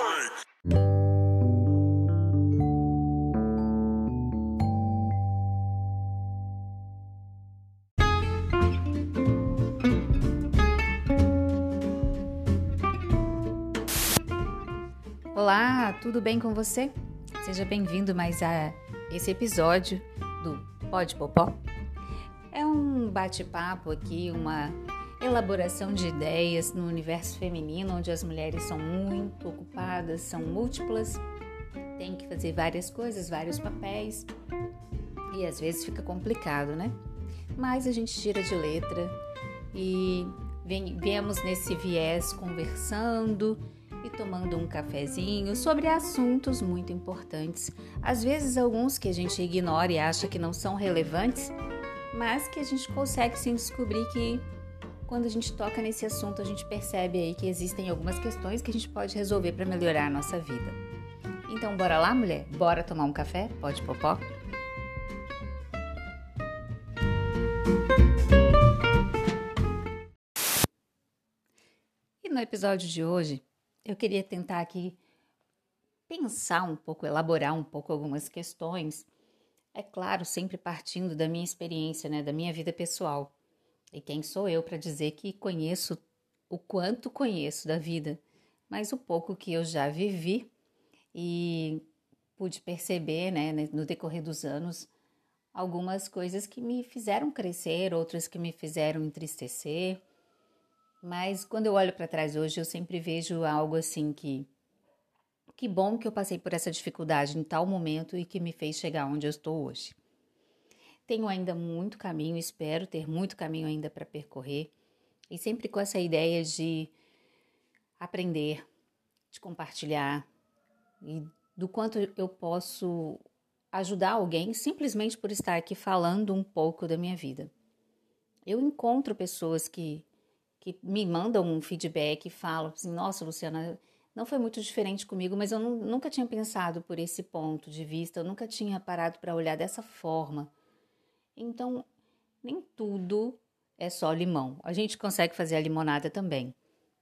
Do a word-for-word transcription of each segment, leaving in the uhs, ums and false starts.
Olá, tudo bem com você? Seja bem-vindo mais a esse episódio do Pode Popó. É um bate-papo aqui, uma elaboração de ideias no universo feminino, onde as mulheres são muito ocupadas, são múltiplas, têm que fazer várias coisas, vários papéis e às vezes fica complicado, né? Mas a gente tira de letra e vem, viemos nesse viés conversando e tomando um cafezinho sobre assuntos muito importantes. Às vezes alguns que a gente ignora e acha que não são relevantes, mas que a gente consegue sim descobrir que quando a gente toca nesse assunto, a gente percebe aí que existem algumas questões que a gente pode resolver para melhorar a nossa vida. Então bora lá, mulher? Bora tomar um café? Pode popó? E no episódio de hoje, eu queria tentar aqui pensar um pouco, elaborar um pouco algumas questões, é claro, sempre partindo da minha experiência, né, da minha vida pessoal. E quem sou eu para dizer que conheço o quanto conheço da vida, mas o pouco que eu já vivi e pude perceber, né, no decorrer dos anos, algumas coisas que me fizeram crescer, outras que me fizeram entristecer. Mas quando eu olho para trás hoje, eu sempre vejo algo assim que que bom que eu passei por essa dificuldade em tal momento e que me fez chegar onde eu estou hoje. Tenho ainda muito caminho, espero ter muito caminho ainda para percorrer e sempre com essa ideia de aprender, de compartilhar e do quanto eu posso ajudar alguém simplesmente por estar aqui falando um pouco da minha vida. Eu encontro pessoas que que me mandam um feedback e falam assim, nossa, Luciana, não foi muito diferente comigo, mas eu não, nunca tinha pensado por esse ponto de vista, eu nunca tinha parado para olhar dessa forma. Então, nem tudo é só limão. A gente consegue fazer a limonada também.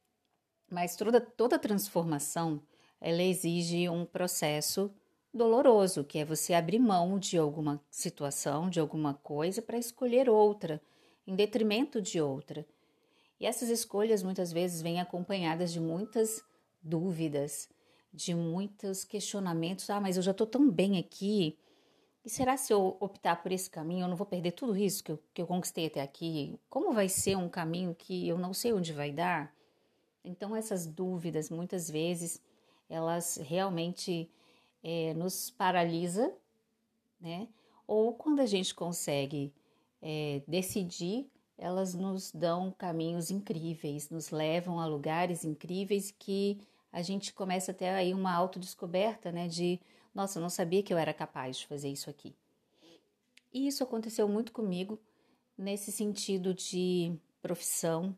Mas toda, toda transformação, ela exige um processo doloroso, que é você abrir mão de alguma situação, de alguma coisa, para escolher outra, em detrimento de outra. E essas escolhas muitas vezes vêm acompanhadas de muitas dúvidas, de muitos questionamentos. Ah, mas eu já estou tão bem aqui. E será se eu optar por esse caminho, eu não vou perder tudo isso que eu, que eu conquistei até aqui? Como vai ser um caminho que eu não sei onde vai dar? Então essas dúvidas, muitas vezes, elas realmente é, nos paralisam, né? Ou quando a gente consegue é, decidir, elas nos dão caminhos incríveis, nos levam a lugares incríveis que a gente começa a ter aí uma autodescoberta, né, de, nossa, eu não sabia que eu era capaz de fazer isso aqui. E isso aconteceu muito comigo nesse sentido de profissão,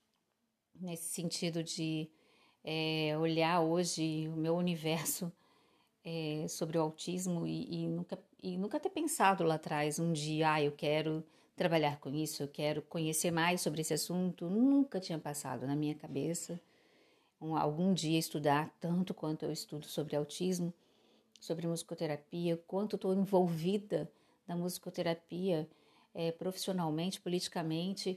nesse sentido de é, olhar hoje o meu universo é, sobre o autismo e, e, nunca, e nunca ter pensado lá atrás um dia, ah, eu quero trabalhar com isso, eu quero conhecer mais sobre esse assunto. Nunca tinha passado na minha cabeça um, algum dia estudar tanto quanto eu estudo sobre autismo, sobre musicoterapia, quanto estou envolvida na musicoterapia é, profissionalmente, politicamente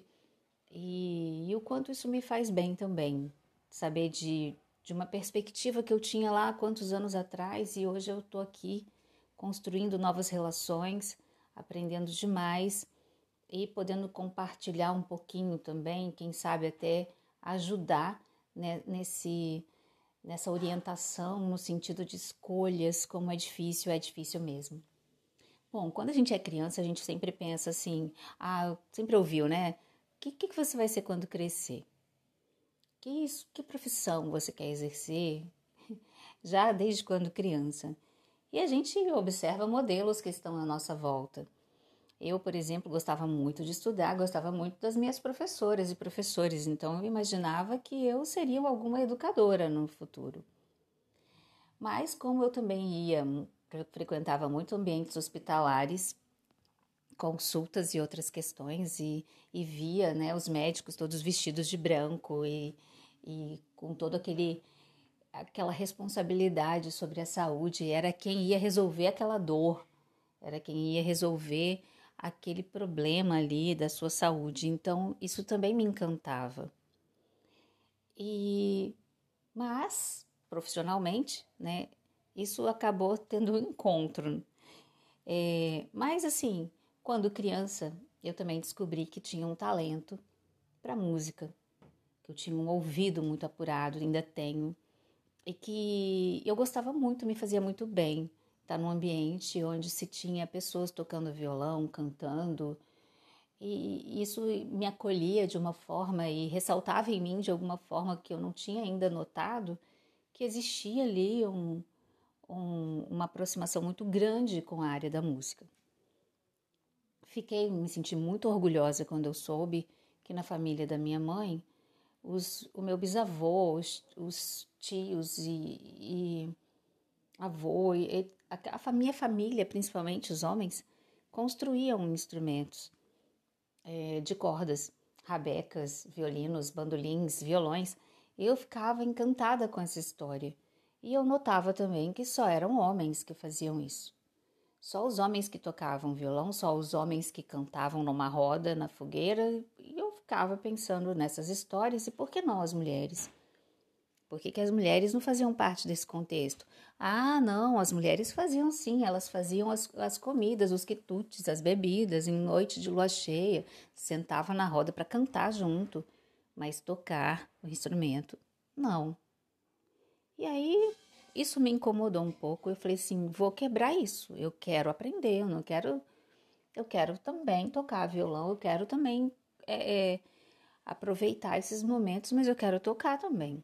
e, e o quanto isso me faz bem também, saber de, de uma perspectiva que eu tinha lá há quantos anos atrás e hoje eu estou aqui construindo novas relações, aprendendo demais e podendo compartilhar um pouquinho também, quem sabe até ajudar, né, nesse, nessa orientação, no sentido de escolhas, como é difícil, é difícil mesmo. Bom, quando a gente é criança, a gente sempre pensa assim, ah, sempre ouviu, né? O que, que você vai ser quando crescer? Que, isso, que profissão você quer exercer? Já desde quando criança. E a gente observa modelos que estão à nossa volta. Eu, por exemplo, gostava muito de estudar, gostava muito das minhas professoras e professores, então eu imaginava que eu seria alguma educadora no futuro. Mas como eu também ia, frequentava muito ambientes hospitalares, consultas e outras questões, e, e via, né, os médicos todos vestidos de branco e, e com todo aquele, aquela responsabilidade sobre a saúde, era quem ia resolver aquela dor, era quem ia resolver aquele problema ali da sua saúde. Então, isso também me encantava. E, mas, profissionalmente, né, isso acabou tendo um encontro. É, mas, assim, quando criança, eu também descobri que tinha um talento para música, que eu tinha um ouvido muito apurado, ainda tenho, e que eu gostava muito, me fazia muito bem estar num ambiente onde se tinha pessoas tocando violão, cantando, e isso me acolhia de uma forma e ressaltava em mim de alguma forma que eu não tinha ainda notado que existia ali um, um, uma aproximação muito grande com a área da música. Fiquei, me senti muito orgulhosa quando eu soube que na família da minha mãe, os, o meu bisavô, os, os tios e, e avô, e, a, a minha família, principalmente os homens, construíam instrumentos é, de cordas, rabecas, violinos, bandolins, violões. Eu ficava encantada com essa história. E eu notava também que só eram homens que faziam isso. Só os homens que tocavam violão, só os homens que cantavam numa roda, na fogueira. E eu ficava pensando nessas histórias e por que não as mulheres? Por que, que as mulheres não faziam parte desse contexto? Ah, não, as mulheres faziam sim, elas faziam as, as comidas, os quitutes, as bebidas, em noite de lua cheia, sentavam na roda para cantar junto, mas tocar o instrumento, não. E aí, isso me incomodou um pouco, eu falei assim, vou quebrar isso, eu quero aprender, eu não quero, eu quero também tocar violão, eu quero também é, é, aproveitar esses momentos, mas eu quero tocar também.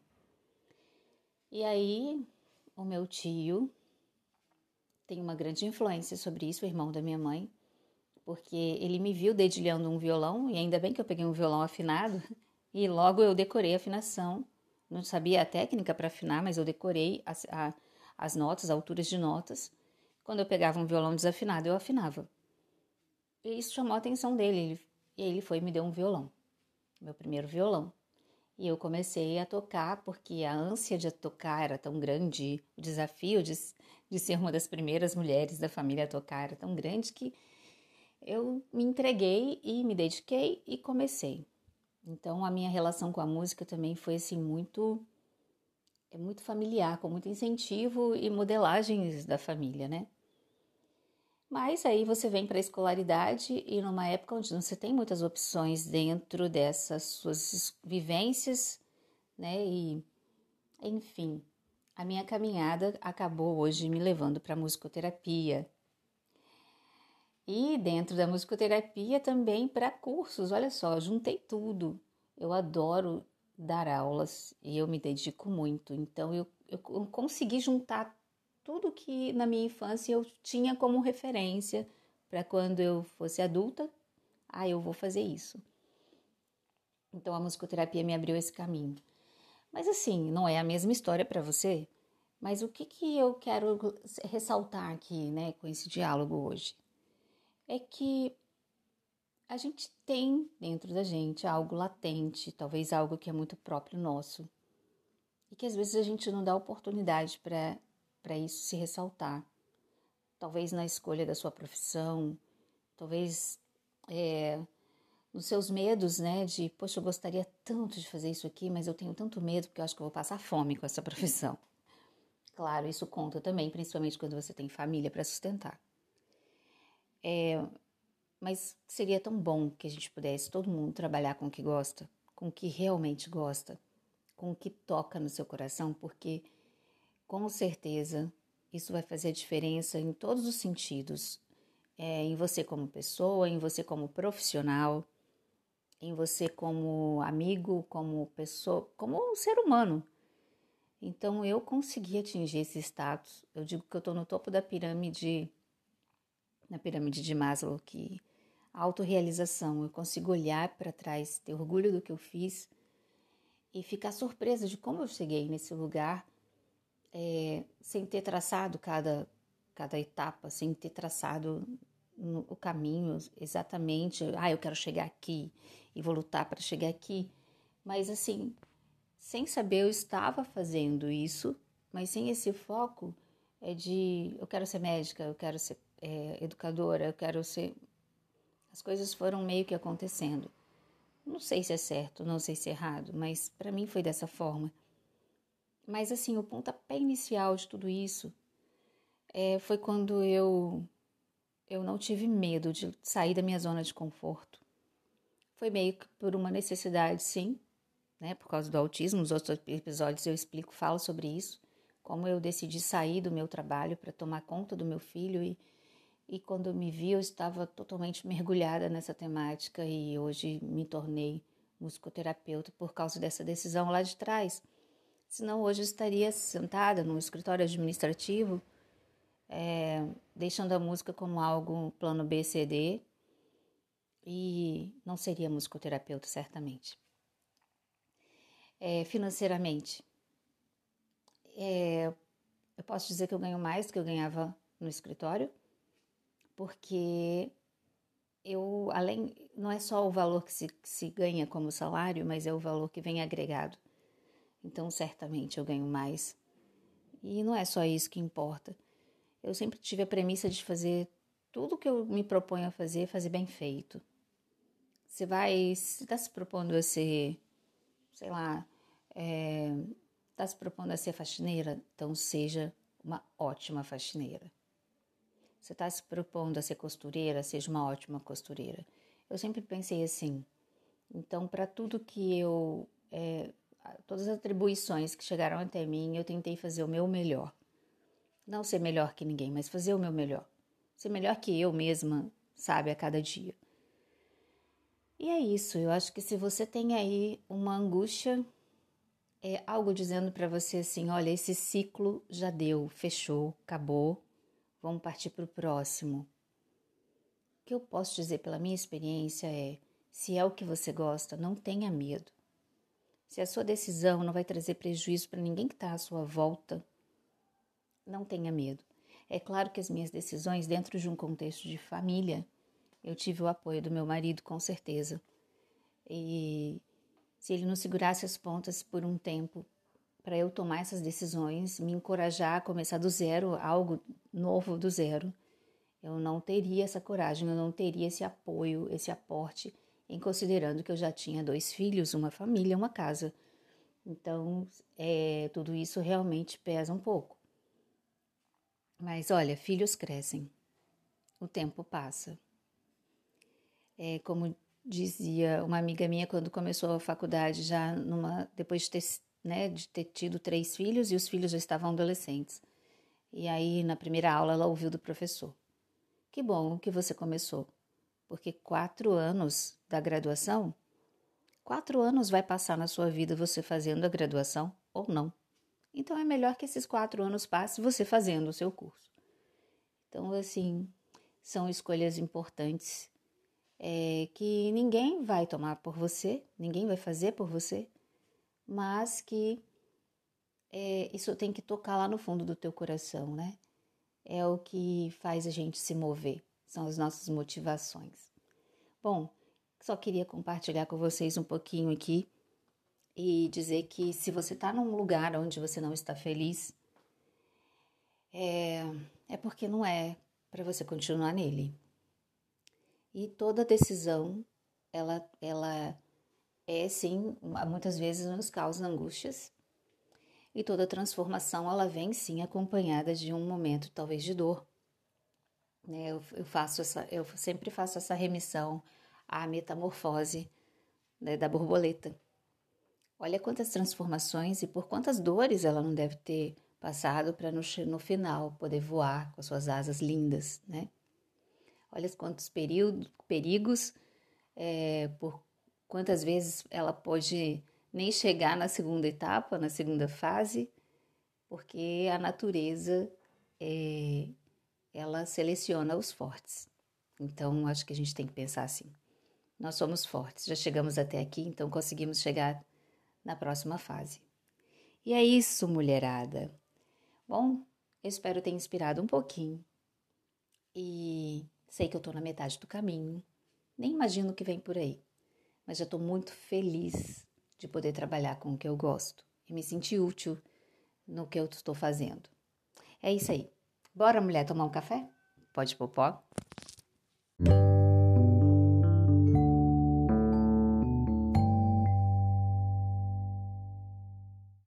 E aí, o meu tio tem uma grande influência sobre isso, o irmão da minha mãe, porque ele me viu dedilhando um violão, e ainda bem que eu peguei um violão afinado, e logo eu decorei a afinação. Não sabia a técnica para afinar, mas eu decorei as, a, as notas, alturas de notas. Quando eu pegava um violão desafinado, eu afinava. E isso chamou a atenção dele, ele, e ele foi e me deu um violão, meu primeiro violão. E eu comecei a tocar porque a ânsia de tocar era tão grande, o desafio de, de ser uma das primeiras mulheres da família a tocar era tão grande que eu me entreguei e me dediquei e comecei. Então a minha relação com a música também foi assim muito é muito familiar, com muito incentivo e modelagens da família, né? Mas aí você vem para a escolaridade e numa época onde você tem muitas opções dentro dessas suas vivências, né? E, enfim, a minha caminhada acabou hoje me levando para a musicoterapia. E dentro da musicoterapia também para cursos, olha só, juntei tudo. Eu adoro dar aulas e eu me dedico muito, então eu, eu consegui juntar tudo que na minha infância eu tinha como referência para quando eu fosse adulta, ah, eu vou fazer isso. Então a musicoterapia me abriu esse caminho. Mas assim, não é a mesma história para você, mas o que, que eu quero ressaltar aqui, né, com esse diálogo hoje? É que a gente tem dentro da gente algo latente, talvez algo que é muito próprio nosso, e que às vezes a gente não dá oportunidade para para isso se ressaltar. Talvez na escolha da sua profissão, talvez é, nos seus medos, né, de, poxa, eu gostaria tanto de fazer isso aqui, mas eu tenho tanto medo porque eu acho que eu vou passar fome com essa profissão. Claro, isso conta também, principalmente quando você tem família para sustentar. É, mas seria tão bom que a gente pudesse todo mundo trabalhar com o que gosta, com o que realmente gosta, com o que toca no seu coração, porque com certeza isso vai fazer a diferença em todos os sentidos. É, em você como pessoa, em você como profissional, em você como amigo, como pessoa, como um ser humano. Então eu consegui atingir esse status. Eu digo que eu estou no topo da pirâmide, na pirâmide de Maslow, que a autorrealização, eu consigo olhar para trás, ter orgulho do que eu fiz e ficar surpresa de como eu cheguei nesse lugar, é, sem ter traçado cada, cada etapa, sem ter traçado no, o caminho exatamente. Ah, eu quero chegar aqui e vou lutar para chegar aqui. Mas assim, sem saber, eu estava fazendo isso mas sem esse foco é de eu quero ser médica, eu quero ser é, educadora, eu quero ser... As coisas foram meio que acontecendo. Não sei se é certo, não sei se é errado, mas para mim foi dessa forma. Mas assim, o pontapé inicial de tudo isso é, foi quando eu, eu não tive medo de sair da minha zona de conforto. Foi meio que por uma necessidade, sim, né, por causa do autismo. Nos outros episódios eu explico, falo sobre isso, como eu decidi sair do meu trabalho para tomar conta do meu filho e, e quando eu me vi eu estava totalmente mergulhada nessa temática e hoje me tornei musicoterapeuta por causa dessa decisão lá de trás. Senão hoje eu estaria sentada no escritório administrativo, é, deixando a música como algo plano B, C, D e não seria musicoterapeuta certamente. É, financeiramente, é, eu posso dizer que eu ganho mais do que eu ganhava no escritório, porque eu, além, não é só o valor que se, que se ganha como salário, mas é o valor que vem agregado. Então, certamente eu ganho mais. E não é só isso que importa. Eu sempre tive a premissa de fazer tudo que eu me proponho a fazer, fazer bem feito. Você vai, se está se propondo a ser, sei lá, é, está se propondo a ser faxineira, então seja uma ótima faxineira. Você está se propondo a ser costureira, seja uma ótima costureira. Eu sempre pensei assim. Então, para tudo que eu, é, todas as atribuições que chegaram até mim, eu tentei fazer o meu melhor. Não ser melhor que ninguém, mas fazer o meu melhor. Ser melhor que eu mesma, sabe, a cada dia. E é isso, eu acho que se você tem aí uma angústia, é algo dizendo para você assim, olha, esse ciclo já deu, fechou, acabou, vamos partir para o próximo. O que eu posso dizer pela minha experiência é, se é o que você gosta, não tenha medo. Se a sua decisão não vai trazer prejuízo para ninguém que está à sua volta, não tenha medo. É claro que as minhas decisões, dentro de um contexto de família, eu tive o apoio do meu marido, com certeza. E se ele não segurasse as pontas por um tempo para eu tomar essas decisões, me encorajar a começar do zero, algo novo do zero, eu não teria essa coragem, eu não teria esse apoio, esse aporte, em considerando que eu já tinha dois filhos, uma família, uma casa. Então, é, tudo isso realmente pesa um pouco. Mas olha, filhos crescem, o tempo passa. É como dizia uma amiga minha quando começou a faculdade, já numa, depois de ter, né, de ter tido três filhos e os filhos já estavam adolescentes. E aí, na primeira aula, ela ouviu do professor. Que bom que você começou, porque quatro anos da graduação, quatro anos vai passar na sua vida você fazendo a graduação ou não. Então, é melhor que esses quatro anos passem você fazendo o seu curso. Então, assim, são escolhas importantes é, que ninguém vai tomar por você, ninguém vai fazer por você, mas que é, isso tem que tocar lá no fundo do teu coração, né? É o que faz a gente se mover, são as nossas motivações. Bom, só queria compartilhar com vocês um pouquinho aqui e dizer que se você está num lugar onde você não está feliz, é, é porque não é para você continuar nele. E toda decisão, ela, ela é sim, muitas vezes nos causa angústias. E toda transformação, ela vem sim acompanhada de um momento talvez de dor. Né? Eu, eu, faço essa, eu sempre faço essa remissão à metamorfose, né, da borboleta. Olha quantas transformações e por quantas dores ela não deve ter passado para no, no final poder voar com as suas asas lindas, né? Olha quantos períodos, perigos, é, por quantas vezes ela pode nem chegar na segunda etapa, na segunda fase, porque a natureza, é, ela seleciona os fortes. Então, acho que a gente tem que pensar assim. Nós somos fortes, já chegamos até aqui, então conseguimos chegar na próxima fase. E é isso, mulherada. Bom, eu espero ter inspirado um pouquinho. E sei que eu tô na metade do caminho. Nem imagino o que vem por aí. Mas já tô muito feliz de poder trabalhar com o que eu gosto. E me sentir útil no que eu estou fazendo. É isso aí. Bora, mulher, tomar um café? Pode popó?